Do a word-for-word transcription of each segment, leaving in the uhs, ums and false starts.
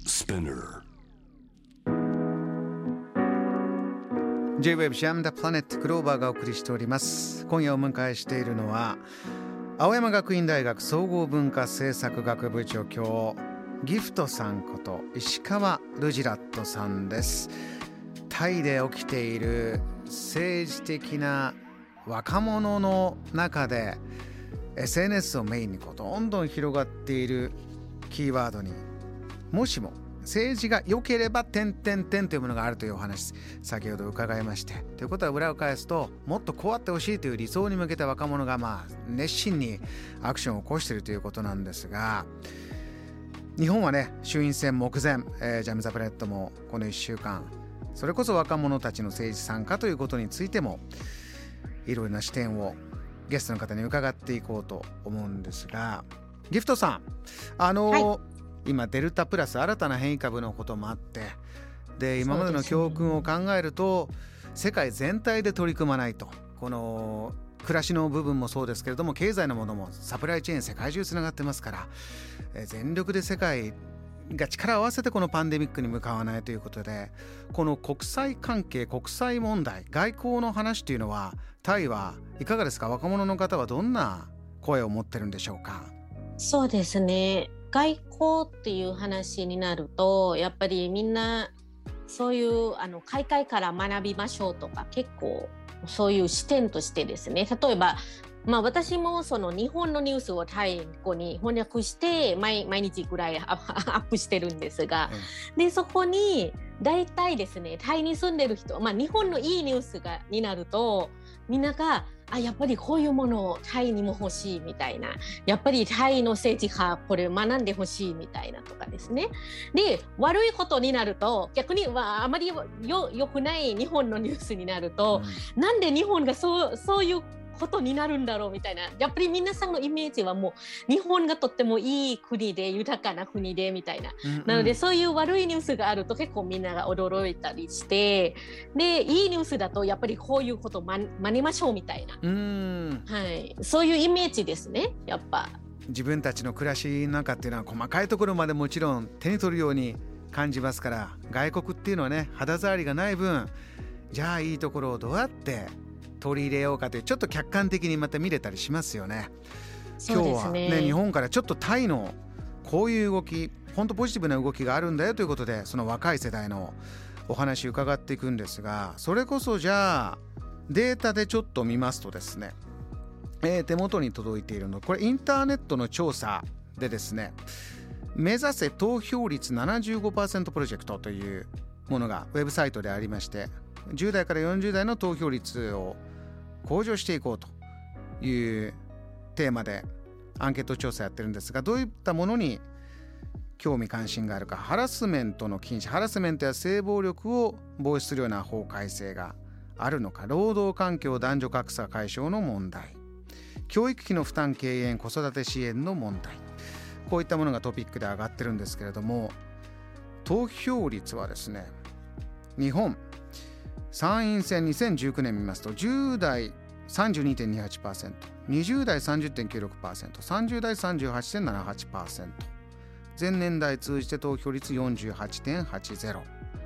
Spinner J-Wave Jam the Planet クローバーがお送りしております。今夜お迎えしているのは青山学院大学総合文化政策学部助教ギフトさんこと石川ルジラットさんです。タイで起きている政治的な若者の中で エスエヌエス をメインにこうどんどん広がっているキーワードにもしも政治が良ければ点々点というものがあるというお話先ほど伺いまして、ということは裏を返すともっとこうあってほしいという理想に向けた若者がまあ熱心にアクションを起こしているということなんですが、日本はね衆院選目前、えー、ジャム・ザ・プラネットもこのいっしゅうかんそれこそ若者たちの政治参加ということについてもいろいろな視点をゲストの方に伺っていこうと思うんですが、ギフトさんあの、はい今デルタプラス新たな変異株のこともあって、で今までの教訓を考えると、世界全体で取り組まないと、この暮らしの部分もそうですけれども経済のものもサプライチェーン世界中つながってますから、え全力で世界が力を合わせてこのパンデミックに向かわないということで、この国際関係国際問題外交の話というのはタイはいかがですか？若者の方はどんな声を持ってるんでしょうか？ そうですね、外交っていう話になるとやっぱりみんなそういうあの海外から学びましょうとか結構そういう視点としてですね、例えば、まあ、私もその日本のニュースをタイ語に翻訳して毎、毎日ぐらいアップしてるんですが、うん、でそこに大体ですねタイに住んでる人、まあ、日本のいいニュースがになるとみんながあやっぱりこういうものをタイにも欲しいみたいな、やっぱりタイの政治家これ学んでほしいみたいなとかですね。で悪いことになると逆に、まあ、あまりよ良くない日本のニュースになると、うん、なんで日本がそう、そういうことになるんだろうみたいな、やっぱり皆さんのイメージはもう日本がとってもいい国で豊かな国でみたいな、うんうん、なのでそういう悪いニュースがあると結構みんなが驚いたりして、でいいニュースだとやっぱりこういうことを真似ましょうみたいな、うん、はい、そういうイメージですね。やっぱ自分たちの暮らしの中っていうのは細かいところまでもちろん手に取るように感じますから、外国っていうのはね肌触りがない分、じゃあいいところをどうやって取り入れようかというちょっと客観的にまた見れたりしますよね。 そうですね、 今日はね日本からちょっとタイのこういう動き、本当ポジティブな動きがあるんだよということで、その若い世代のお話伺っていくんですが、それこそじゃあデータでちょっと見ますとですね、えー、手元に届いているのこれインターネットの調査でですね、目指せ投票率 ななじゅうごパーセント プロジェクトというものがウェブサイトでありまして、じゅう代からよんじゅう代の投票率を向上していこうというテーマでアンケート調査やってるんですが、どういったものに興味関心があるか。ハラスメントの禁止、ハラスメントや性暴力を防止するような法改正があるのか、労働環境男女格差解消の問題、教育費の負担軽減、子育て支援の問題、こういったものがトピックで上がってるんですけれども、投票率はですね、日本参院選にせんじゅうきゅうねん見ますとじゅう代 さんじゅうにてんにはちパーセント、にじゅう代 さんじゅうてんきゅうろくパーセント、さんじゅう代 さんじゅうはちてんななはちパーセント、前年代通じて投票率 よんじゅうはちてんはちゼロ。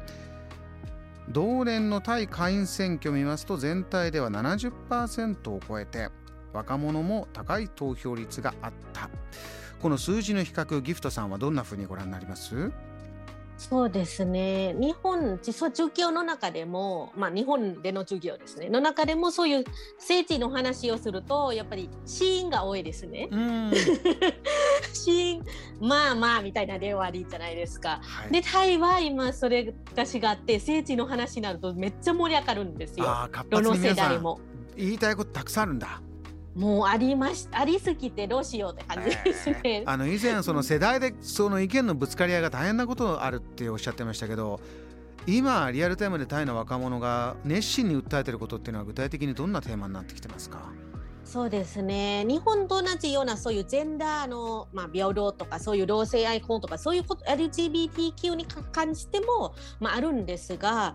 同年のタイ下院選挙を見ますと全体では ななじゅっパーセント を超えて若者も高い投票率があった。この数字の比較、ギフトさんはどんなふうにご覧になります？ そうですね、日本実は授業の中でも、まあ、日本での授業ですねの中でもそういう政治の話をするとやっぱりシーンが多いですね。うんシーンまあまあみたいなで終わりじゃないですか、はい、でタイは今それが違って政治の話になるとめっちゃ盛り上がるんですよ。 あ、活発に皆さん言いたいことたくさんあるんだ。 もうありましありすぎてどうしようって感じですね、 えー、あの以前その世代でその意見のぶつかり合いが大変なことあるっておっしゃってましたけど、今リアルタイムでタイの若者が熱心に訴えてることっていうのは具体的にどんなテーマになってきてますか？ そうですね、日本と同じようなそういうジェンダーの、まあ、平等とかそういう同性愛婚とかそういうこと エルジービーティーキュー に関しても、まあ、あるんですが、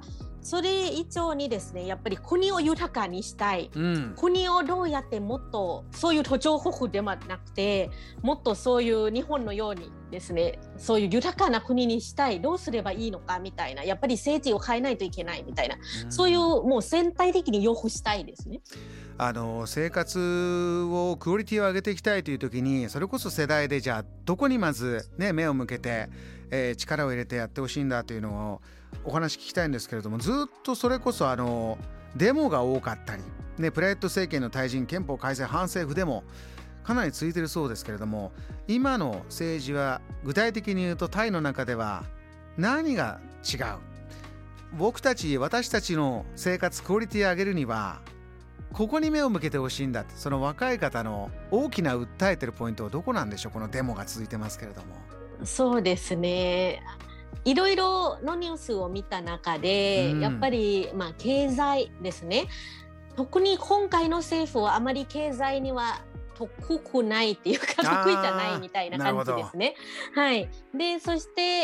それ以上にですね、やっぱり国を豊かにしたい、うん、国をどうやってもっとそういう途上国ではなくて、もっとそういう日本のようにですね、そういう豊かな国にしたい、どうすればいいのかみたいな、やっぱり政治を変えないといけないみたいな、うん、そういうもう全体的に擁護したいですね。 あの生活をクオリティを上げていきたいという時に、それこそ世代でじゃあどこにまず、ね、目を向けて、えー、力を入れてやってほしいんだというのをお話聞きたいんですけれども、ずっとそれこそあのデモが多かったり、ね、プラユット政権の退陣、憲法改正、反政府デモかなり続いているそうですけれども、今の政治は具体的に言うとタイの中では何が違う、僕たち私たちの生活クオリティを上げるにはここに目を向けてほしいんだって、その若い方の大きな訴えてるポイントはどこなんでしょう。このデモが続いてますけれども。 そうですね、いろいろのニュースを見た中で、うん、やっぱり、まあ、経済ですね。特に今回の政府はあまり経済には得くないっていうか、得意じゃないみたいな感じですね。はい、でそして、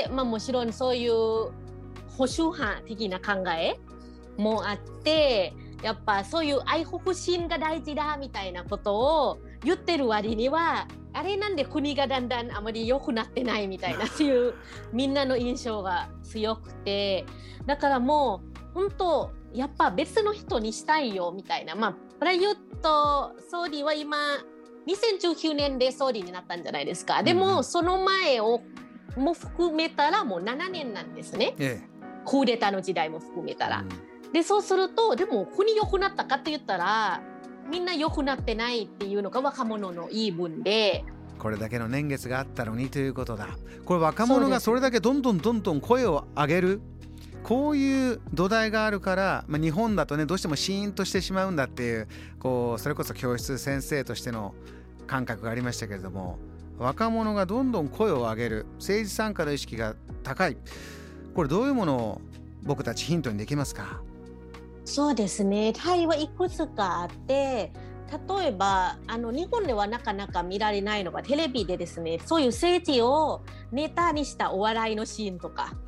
まあ、もちろんそういう保守派的な考えもあって、やっぱそういう愛国心が大事だみたいなことを言ってる割には、あれなんで国がだんだんあまり良くなってないみたいなっていうみんなの印象が強くて、だからもう本当やっぱ別の人にしたいよみたいな、まあプラユット総理は今にせんじゅうきゅうねんで総理になったんじゃないですか。でもその前をも含めたらもうななねんなんですね、ええ、クーデターの時代も含めたら、うんでそうすると、でも国良くなったかって言ったらみんな良くなってないっていうのが若者の言い分で、 これだけの年月があったのにということだ。これ若者がそれだけどんどんどんどん声を上げる、こういう土台があるから、まあ、日本だとねどうしてもシーンとしてしまうんだっていう、こうそれこそ教室先生としての感覚がありましたけれども、若者がどんどん声を上げる、政治参加の意識が高い、これどういうものを僕たちヒントにできますか？ そうですね、タイはいくつかあって、例えばあの日本ではなかなか見られないのが、テレビでですね、そういう政治をネタにしたお笑いのシーンとか、うん、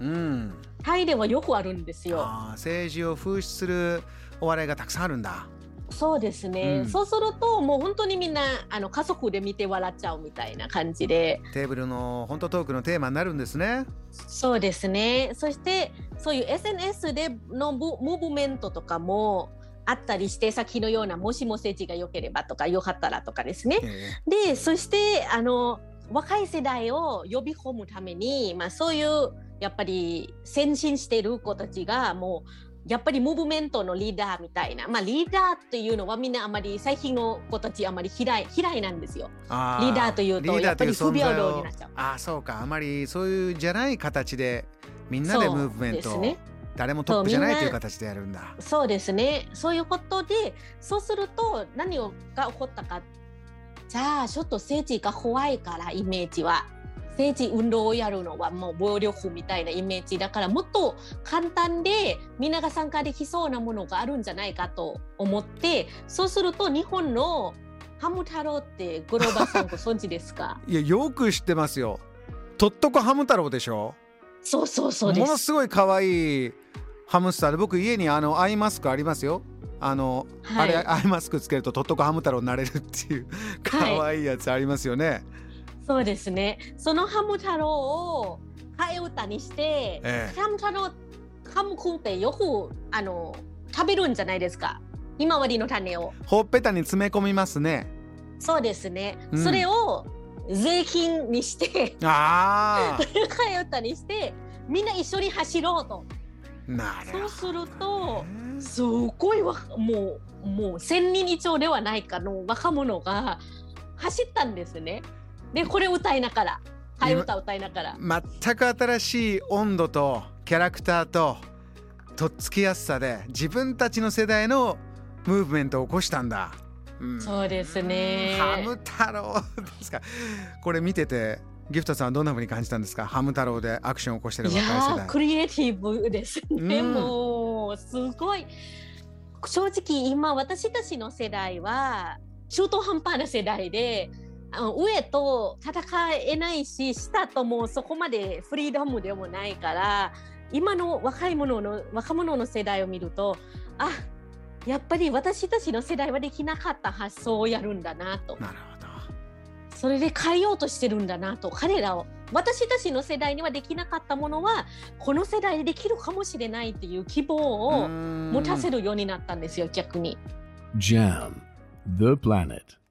タイではよくあるんですよ。 あ、政治を風刺するお笑いがたくさんあるんだ。 そうですね、うん、そうするともう本当にみんなあの家族で見て笑っちゃうみたいな感じで、 テーブルの本当トークのテーマになるんですね。 そうですね。そしてそういう エスエヌエス でのムーブメントとかもあったりして、さっきのようなもしも政治が良ければとか良かったらとかですね、えー、でそしてあの若い世代を呼び込むために、まあ、そういうやっぱり先進している子たちがもうやっぱりムーブメントのリーダーみたいな、まあ、リーダーっていうのはみんなあまり最近の子たちあまり嫌い嫌いなんですよ。リーダーというとやっぱり不平等になっちゃう。 ああそうか、あまりそういうじゃない形でみんなでムーブメントを、ね、誰もトップじゃないという形でやるんだ。 そうですね、そういうことで、そうすると何が起こったか、じゃあちょっと政治が怖いから、イメージは政治運動をやるのはもう暴力みたいなイメージだから、もっと簡単でみんなが参加できそうなものがあるんじゃないかと思って、そうすると日本のハム太郎ってグローバーさんご存知ですか？ いや、よく知ってますよ。とっとこハム太郎でしょ。 そうそうそうです。 ものすごい可愛いハムスターで、僕家にあのアイマスクありますよ。あの、はい、あれアイマスクつけるととっとこハム太郎になれるっていう可愛いやつありますよね、はい、 そうですね。そのハム太郎を替え歌にして、ええ、ハム太郎、ハムくんってよくあの食べるんじゃないですか、ひまわりの種をほっぺたに詰め込みますね。 そうですね、うん、それを税金にしてあ替え歌にしてみんな一緒に走ろうと。 なるほど。 そうするとすごいわ、もうもう千人以上ではないかの若者が走ったんですね。でこれ歌いながら、替え歌歌いながら、 全く新しい温度とキャラクターととっつきやすさで自分たちの世代のムーブメントを起こしたんだ、 うん、そうですね。 ハム太郎ですか。これ見ててギフトさんはどんな風に感じたんですか？ハム太郎でアクションを起こしてる若い世代。 いやクリエイティブですね、うん、もうすごい。正直今私たちの世代は中途半端な世代で、上と戦えないし、下ともそこまでフリーダムでもないから、 今の若い者の若者の世代を見ると、あ、やっぱり私たちの世代はできなかった発想をやるんだなと。 なるほど。 それで変えようとしてるんだなと。彼らを、私たちの世代にはできなかったものはこの世代でできるかもしれないっていう希望を持たせるようになったんですよ、逆に。 ジャム The Planet